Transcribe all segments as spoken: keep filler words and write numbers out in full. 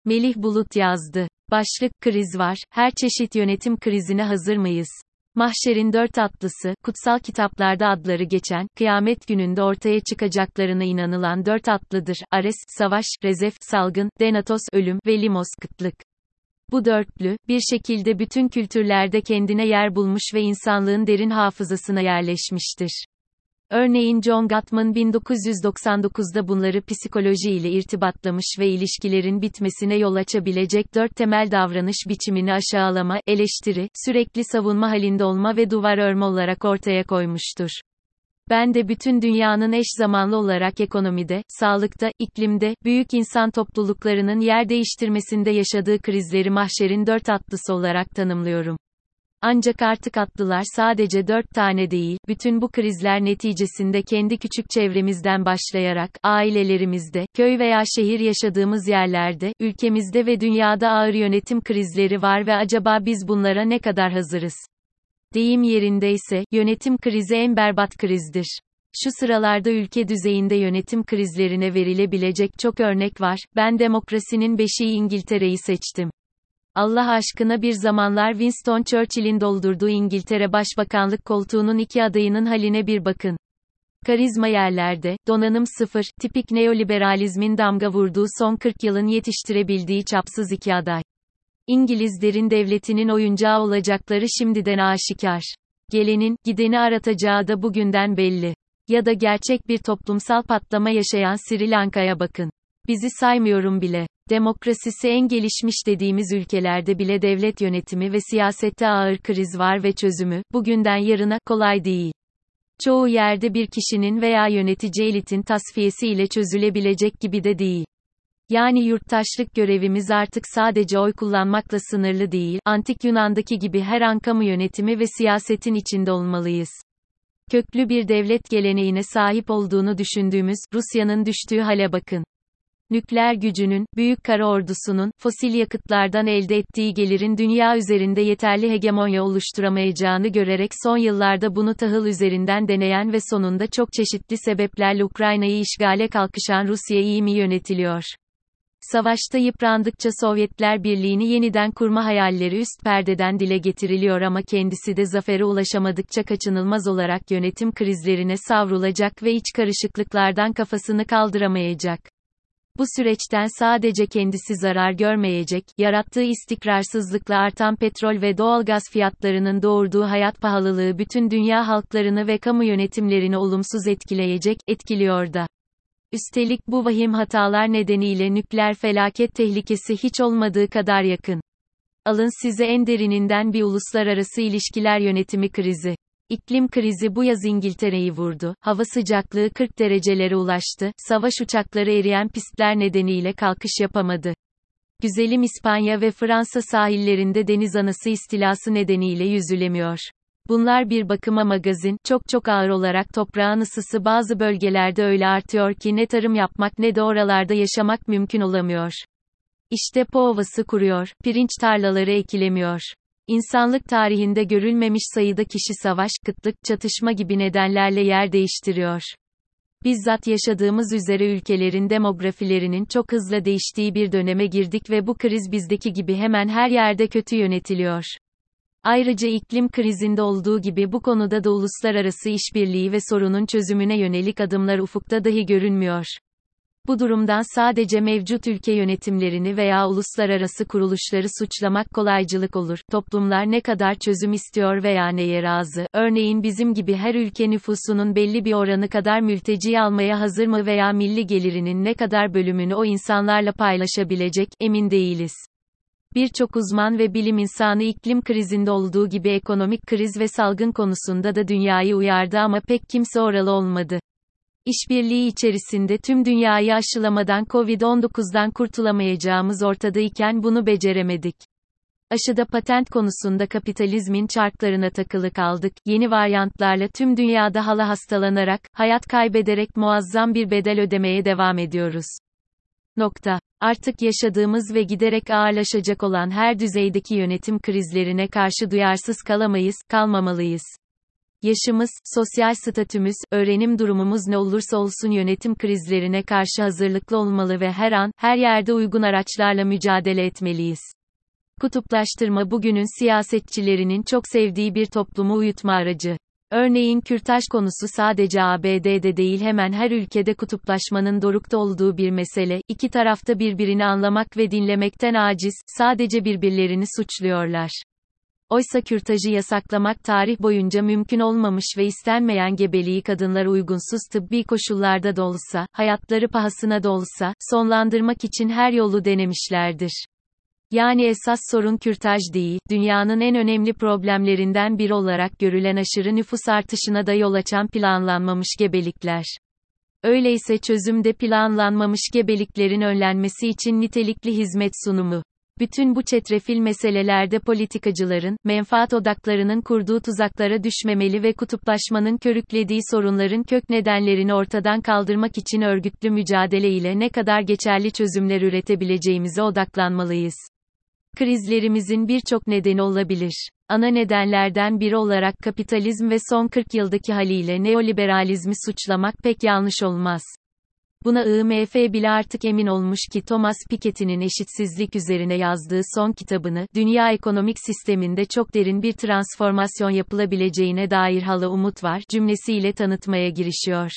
Melih Bulut yazdı. Başlık: Kriz var, her çeşit yönetim krizine hazır mıyız? Mahşerin dört atlısı, kutsal kitaplarda adları geçen, kıyamet gününde ortaya çıkacaklarına inanılan dört atlıdır: Ares, savaş; Rezef, salgın; Thanatos, ölüm ve Limos, kıtlık. Bu dörtlü, bir şekilde bütün kültürlerde kendine yer bulmuş ve insanlığın derin hafızasına yerleşmiştir. Örneğin John Gottman bin dokuz yüz doksan dokuzda bunları psikoloji ile irtibatlamış ve ilişkilerin bitmesine yol açabilecek dört temel davranış biçimini aşağılama, eleştiri, sürekli savunma halinde olma ve duvar örme olarak ortaya koymuştur. Ben de bütün dünyanın eş zamanlı olarak ekonomide, sağlıkta, iklimde, büyük insan topluluklarının yer değiştirmesinde yaşadığı krizleri mahşerin dört atlısı olarak tanımlıyorum. Ancak artık atlılar sadece dört tane değil, bütün bu krizler neticesinde kendi küçük çevremizden başlayarak, ailelerimizde, köy veya şehir yaşadığımız yerlerde, ülkemizde ve dünyada ağır yönetim krizleri var ve acaba biz bunlara ne kadar hazırız? Deyim yerindeyse, yönetim krizi en berbat krizdir. Şu sıralarda ülke düzeyinde yönetim krizlerine verilebilecek çok örnek var. Ben demokrasinin beşiği İngiltere'yi seçtim. Allah aşkına bir zamanlar Winston Churchill'in doldurduğu İngiltere Başbakanlık koltuğunun iki adayının haline bir bakın. Karizma yerlerde, donanım sıfır, tipik neoliberalizmin damga vurduğu son kırk yılın yetiştirebildiği çapsız iki aday. İngiliz derin devletinin oyuncağı olacakları şimdiden aşikar. Gelenin, gideni aratacağı da bugünden belli. Ya da gerçek bir toplumsal patlama yaşayan Sri Lanka'ya bakın. Bizi saymıyorum bile. Demokrasisi en gelişmiş dediğimiz ülkelerde bile devlet yönetimi ve siyasette ağır kriz var ve çözümü, bugünden yarına, kolay değil. Çoğu yerde bir kişinin veya yönetici elitin tasfiyesi ile çözülebilecek gibi de değil. Yani yurttaşlık görevimiz artık sadece oy kullanmakla sınırlı değil, Antik Yunan'daki gibi her an kamu yönetimi ve siyasetin içinde olmalıyız. Köklü bir devlet geleneğine sahip olduğunu düşündüğümüz, Rusya'nın düştüğü hale bakın. Nükleer gücünün, büyük kara ordusunun, fosil yakıtlardan elde ettiği gelirin dünya üzerinde yeterli hegemonya oluşturamayacağını görerek son yıllarda bunu tahıl üzerinden deneyen ve sonunda çok çeşitli sebeplerle Ukrayna'yı işgale kalkışan Rusya iyi mi yönetiliyor? Savaşta yıprandıkça Sovyetler Birliği'ni yeniden kurma hayalleri üst perdeden dile getiriliyor ama kendisi de zafere ulaşamadıkça kaçınılmaz olarak yönetim krizlerine savrulacak ve iç karışıklıklardan kafasını kaldıramayacak. Bu süreçten sadece kendisi zarar görmeyecek, yarattığı istikrarsızlıkla artan petrol ve doğalgaz fiyatlarının doğurduğu hayat pahalılığı bütün dünya halklarını ve kamu yönetimlerini olumsuz etkileyecek, etkiliyor da. Üstelik bu vahim hatalar nedeniyle nükleer felaket tehlikesi hiç olmadığı kadar yakın. Alın size en derininden bir uluslararası ilişkiler yönetimi krizi. İklim krizi bu yaz İngiltere'yi vurdu, hava sıcaklığı kırk derecelere ulaştı, savaş uçakları eriyen pistler nedeniyle kalkış yapamadı. Güzelim İspanya ve Fransa sahillerinde deniz anası istilası nedeniyle yüzülemiyor. Bunlar bir bakıma magazin, çok çok ağır olarak toprağın ısısı bazı bölgelerde öyle artıyor ki ne tarım yapmak ne de oralarda yaşamak mümkün olamıyor. İşte Po Ovası kuruyor, pirinç tarlaları ekilemiyor. İnsanlık tarihinde görülmemiş sayıda kişi savaş, kıtlık, çatışma gibi nedenlerle yer değiştiriyor. Bizzat yaşadığımız üzere ülkelerin demografilerinin çok hızla değiştiği bir döneme girdik ve bu kriz bizdeki gibi hemen her yerde kötü yönetiliyor. Ayrıca iklim krizinde olduğu gibi bu konuda da uluslararası işbirliği ve sorunun çözümüne yönelik adımlar ufukta dahi görünmüyor. Bu durumdan sadece mevcut ülke yönetimlerini veya uluslararası kuruluşları suçlamak kolaycılık olur. Toplumlar ne kadar çözüm istiyor veya neye razı? Örneğin bizim gibi her ülke nüfusunun belli bir oranı kadar mülteci almaya hazır mı veya milli gelirinin ne kadar bölümünü o insanlarla paylaşabilecek, emin değiliz. Birçok uzman ve bilim insanı iklim krizinde olduğu gibi ekonomik kriz ve salgın konusunda da dünyayı uyardı ama pek kimse oralı olmadı. İşbirliği içerisinde tüm dünyayı aşılamadan kovid on dokuzdan kurtulamayacağımız ortadayken bunu beceremedik. Aşıda patent konusunda kapitalizmin çarklarına takılı kaldık, yeni varyantlarla tüm dünyada hala hastalanarak, hayat kaybederek muazzam bir bedel ödemeye devam ediyoruz. Nokta. Artık yaşadığımız ve giderek ağırlaşacak olan her düzeydeki yönetim krizlerine karşı duyarsız kalamayız, kalmamalıyız. Yaşımız, sosyal statümüz, öğrenim durumumuz ne olursa olsun yönetim krizlerine karşı hazırlıklı olmalı ve her an, her yerde uygun araçlarla mücadele etmeliyiz. Kutuplaştırma bugünün siyasetçilerinin çok sevdiği bir toplumu uyutma aracı. Örneğin Kürtaj konusu sadece A B D'de değil hemen her ülkede kutuplaşmanın dorukta olduğu bir mesele, iki tarafta birbirini anlamak ve dinlemekten aciz, sadece birbirlerini suçluyorlar. Oysa kürtajı yasaklamak tarih boyunca mümkün olmamış ve istenmeyen gebeliği kadınlar uygunsuz tıbbi koşullarda da olsa, hayatları pahasına da olsa, sonlandırmak için her yolu denemişlerdir. Yani esas sorun kürtaj değil, dünyanın en önemli problemlerinden biri olarak görülen aşırı nüfus artışına da yol açan planlanmamış gebelikler. Öyleyse çözüm de planlanmamış gebeliklerin önlenmesi için nitelikli hizmet sunumu. Bütün bu çetrefil meselelerde politikacıların, menfaat odaklarının kurduğu tuzaklara düşmemeli ve kutuplaşmanın körüklediği sorunların kök nedenlerini ortadan kaldırmak için örgütlü mücadele ile ne kadar geçerli çözümler üretebileceğimize odaklanmalıyız. Krizlerimizin birçok nedeni olabilir. Ana nedenlerden biri olarak kapitalizm ve son kırk yıldaki haliyle neoliberalizmi suçlamak pek yanlış olmaz. Buna I M F bile artık emin olmuş ki Thomas Piketty'nin eşitsizlik üzerine yazdığı son kitabını, dünya ekonomik sisteminde çok derin bir transformasyon yapılabileceğine dair hala umut var cümlesiyle tanıtmaya girişiyor.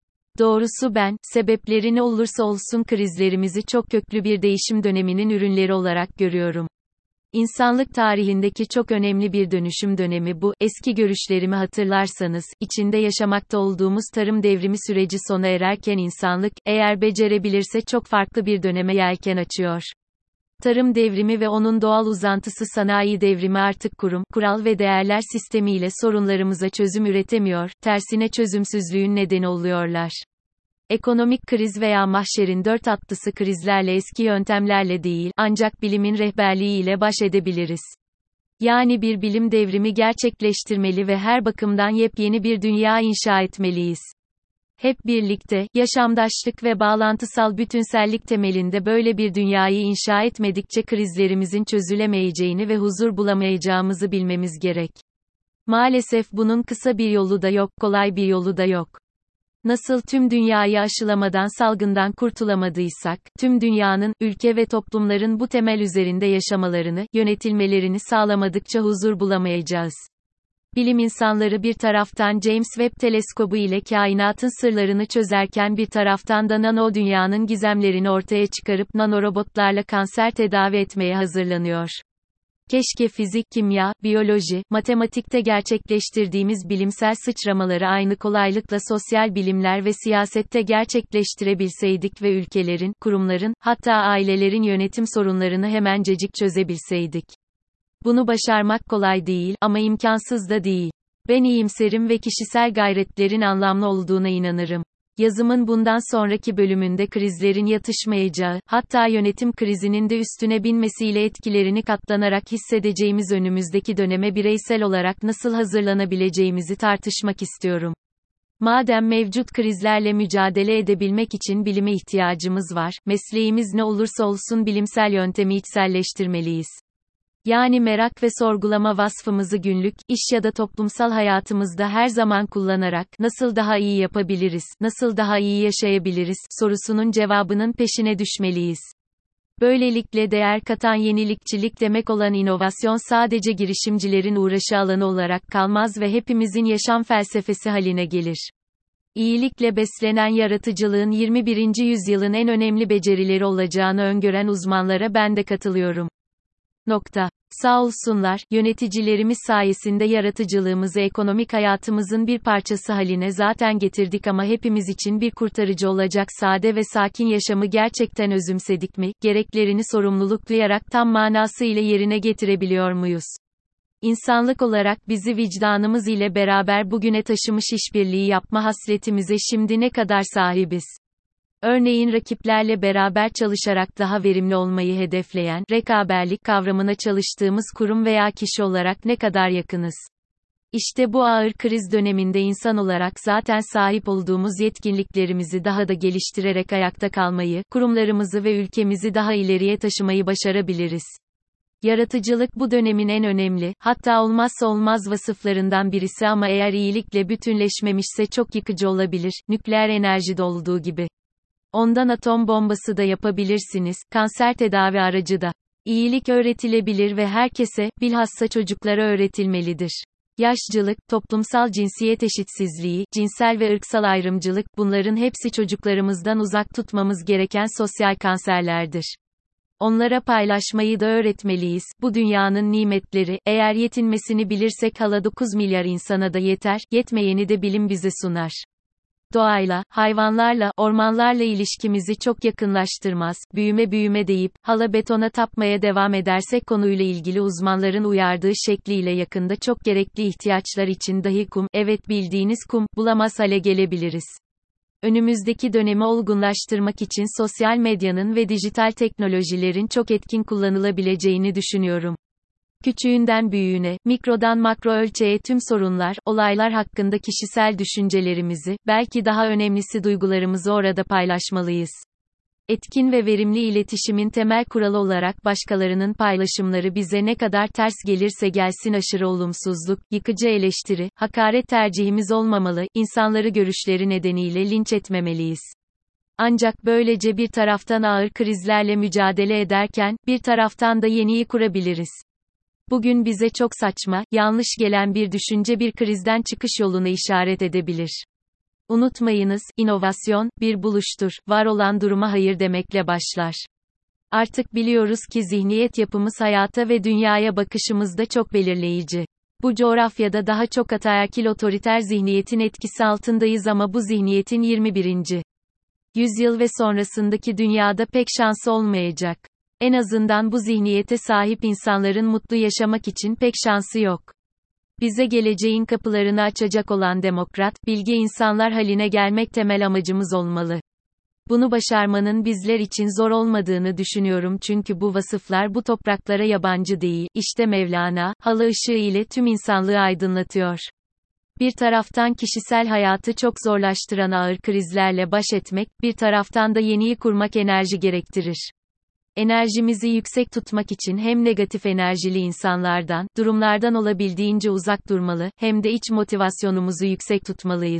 Doğrusu ben, sebepleri ne olursa olsun krizlerimizi çok köklü bir değişim döneminin ürünleri olarak görüyorum. İnsanlık tarihindeki çok önemli bir dönüşüm dönemi bu. Eski görüşlerimi hatırlarsanız, içinde yaşamakta olduğumuz tarım devrimi süreci sona ererken insanlık, eğer becerebilirse çok farklı bir döneme yelken açıyor. Tarım devrimi ve onun doğal uzantısı sanayi devrimi artık kurum, kural ve değerler sistemiyle sorunlarımıza çözüm üretemiyor, tersine çözümsüzlüğün nedeni oluyorlar. Ekonomik kriz veya mahşerin dört atlısı krizlerle eski yöntemlerle değil, ancak bilimin rehberliğiyle baş edebiliriz. Yani bir bilim devrimi gerçekleştirmeli ve her bakımdan yepyeni bir dünya inşa etmeliyiz. Hep birlikte, yaşamdaşlık ve bağlantısal bütünsellik temelinde böyle bir dünyayı inşa etmedikçe krizlerimizin çözülemeyeceğini ve huzur bulamayacağımızı bilmemiz gerek. Maalesef bunun kısa bir yolu da yok, kolay bir yolu da yok. Nasıl tüm dünyayı aşılamadan salgından kurtulamadıysak, tüm dünyanın, ülke ve toplumların bu temel üzerinde yaşamalarını, yönetilmelerini sağlamadıkça huzur bulamayacağız. Bilim insanları bir taraftan James Webb teleskobu ile kainatın sırlarını çözerken bir taraftan da nano dünyanın gizemlerini ortaya çıkarıp nanorobotlarla kanser tedavi etmeye hazırlanıyor. Keşke fizik, kimya, biyoloji, matematikte gerçekleştirdiğimiz bilimsel sıçramaları aynı kolaylıkla sosyal bilimler ve siyasette gerçekleştirebilseydik ve ülkelerin, kurumların, hatta ailelerin yönetim sorunlarını hemencecik çözebilseydik. Bunu başarmak kolay değil, ama imkansız da değil. Ben iyimserim ve kişisel gayretlerin anlamlı olduğuna inanırım. Yazımın bundan sonraki bölümünde krizlerin yatışmayacağı, hatta yönetim krizinin de üstüne binmesiyle etkilerini katlanarak hissedeceğimiz önümüzdeki döneme bireysel olarak nasıl hazırlanabileceğimizi tartışmak istiyorum. Madem mevcut krizlerle mücadele edebilmek için bilime ihtiyacımız var, mesleğimiz ne olursa olsun bilimsel yöntemi içselleştirmeliyiz. Yani merak ve sorgulama vasfımızı günlük, iş ya da toplumsal hayatımızda her zaman kullanarak, nasıl daha iyi yapabiliriz, nasıl daha iyi yaşayabiliriz, sorusunun cevabının peşine düşmeliyiz. Böylelikle değer katan yenilikçilik demek olan inovasyon sadece girişimcilerin uğraşı alanı olarak kalmaz ve hepimizin yaşam felsefesi haline gelir. İyilikle beslenen yaratıcılığın yirmi birinci yüzyılın en önemli becerileri olacağını öngören uzmanlara ben de katılıyorum. Nokta. Sağ olsunlar, yöneticilerimiz sayesinde yaratıcılığımızı ekonomik hayatımızın bir parçası haline zaten getirdik ama hepimiz için bir kurtarıcı olacak sade ve sakin yaşamı gerçekten özümsedik mi, gereklerini sorumluluk duyarak tam manasıyla yerine getirebiliyor muyuz? İnsanlık olarak bizi vicdanımız ile beraber bugüne taşımış işbirliği yapma hasretimize şimdi ne kadar sahibiz? Örneğin rakiplerle beraber çalışarak daha verimli olmayı hedefleyen, rekaberlik kavramına çalıştığımız kurum veya kişi olarak ne kadar yakınız? İşte bu ağır kriz döneminde insan olarak zaten sahip olduğumuz yetkinliklerimizi daha da geliştirerek ayakta kalmayı, kurumlarımızı ve ülkemizi daha ileriye taşımayı başarabiliriz. Yaratıcılık bu dönemin en önemli, hatta olmazsa olmaz vasıflarından birisi ama eğer iyilikle bütünleşmemişse çok yıkıcı olabilir, nükleer enerjide olduğu gibi. Ondan atom bombası da yapabilirsiniz, kanser tedavi aracı da. İyilik öğretilebilir ve herkese, bilhassa çocuklara öğretilmelidir. Yaşcılık, toplumsal cinsiyet eşitsizliği, cinsel ve ırksal ayrımcılık, bunların hepsi çocuklarımızdan uzak tutmamız gereken sosyal kanserlerdir. Onlara paylaşmayı da öğretmeliyiz. Bu dünyanın nimetleri, eğer yetinmesini bilirsek hala dokuz milyar insana da yeter, yetmeyeni de bilim bize sunar. Doğayla, hayvanlarla, ormanlarla ilişkimizi çok yakınlaştırmaz, büyüme büyüme deyip, hala betona tapmaya devam edersek konuyla ilgili uzmanların uyardığı şekliyle yakında çok gerekli ihtiyaçlar için dahi kum, evet bildiğiniz kum, bulamaz hale gelebiliriz. Önümüzdeki dönemi olgunlaştırmak için sosyal medyanın ve dijital teknolojilerin çok etkin kullanılabileceğini düşünüyorum. Küçüğünden büyüğüne, mikrodan makro ölçeğe tüm sorunlar, olaylar hakkında kişisel düşüncelerimizi, belki daha önemlisi duygularımızı orada paylaşmalıyız. Etkin ve verimli iletişimin temel kuralı olarak başkalarının paylaşımları bize ne kadar ters gelirse gelsin aşırı olumsuzluk, yıkıcı eleştiri, hakaret tercihimiz olmamalı, insanları görüşleri nedeniyle linç etmemeliyiz. Ancak böylece bir taraftan ağır krizlerle mücadele ederken, bir taraftan da yeniyi kurabiliriz. Bugün bize çok saçma, yanlış gelen bir düşünce bir krizden çıkış yolunu işaret edebilir. Unutmayınız, inovasyon, bir buluştur, var olan duruma hayır demekle başlar. Artık biliyoruz ki zihniyet yapımız hayata ve dünyaya bakışımızda çok belirleyici. Bu coğrafyada daha çok ataerkil otoriter zihniyetin etkisi altındayız ama bu zihniyetin yirmi birinci yüzyıl ve sonrasındaki dünyada pek şansı olmayacak. En azından bu zihniyete sahip insanların mutlu yaşamak için pek şansı yok. Bize geleceğin kapılarını açacak olan demokrat, bilge insanlar haline gelmek temel amacımız olmalı. Bunu başarmanın bizler için zor olmadığını düşünüyorum çünkü bu vasıflar bu topraklara yabancı değil. İşte Mevlana, halı ışığı ile tüm insanlığı aydınlatıyor. Bir taraftan kişisel hayatı çok zorlaştıran ağır krizlerle baş etmek, bir taraftan da yeniyi kurmak enerji gerektirir. Enerjimizi yüksek tutmak için hem negatif enerjili insanlardan, durumlardan olabildiğince uzak durmalı, hem de iç motivasyonumuzu yüksek tutmalıyız.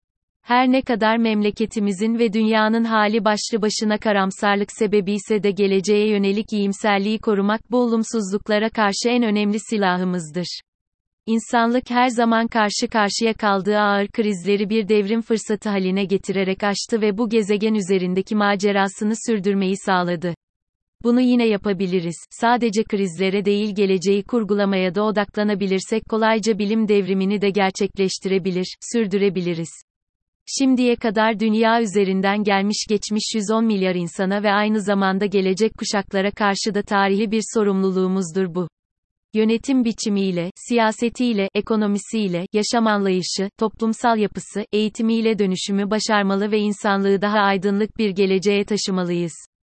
Her ne kadar memleketimizin ve dünyanın hali başlı başına karamsarlık sebebiyse de geleceğe yönelik iyimserliği korumak bu olumsuzluklara karşı en önemli silahımızdır. İnsanlık her zaman karşı karşıya kaldığı ağır krizleri bir devrim fırsatı haline getirerek aştı ve bu gezegen üzerindeki macerasını sürdürmeyi sağladı. Bunu yine yapabiliriz. Sadece krizlere değil geleceği kurgulamaya da odaklanabilirsek kolayca bilim devrimini de gerçekleştirebilir, sürdürebiliriz. Şimdiye kadar dünya üzerinden gelmiş geçmiş yüz on milyar insana ve aynı zamanda gelecek kuşaklara karşı da tarihi bir sorumluluğumuzdur bu. Yönetim biçimiyle, siyasetiyle, ekonomisiyle, yaşam anlayışı, toplumsal yapısı, eğitimiyle dönüşümü başarmalı ve insanlığı daha aydınlık bir geleceğe taşımalıyız.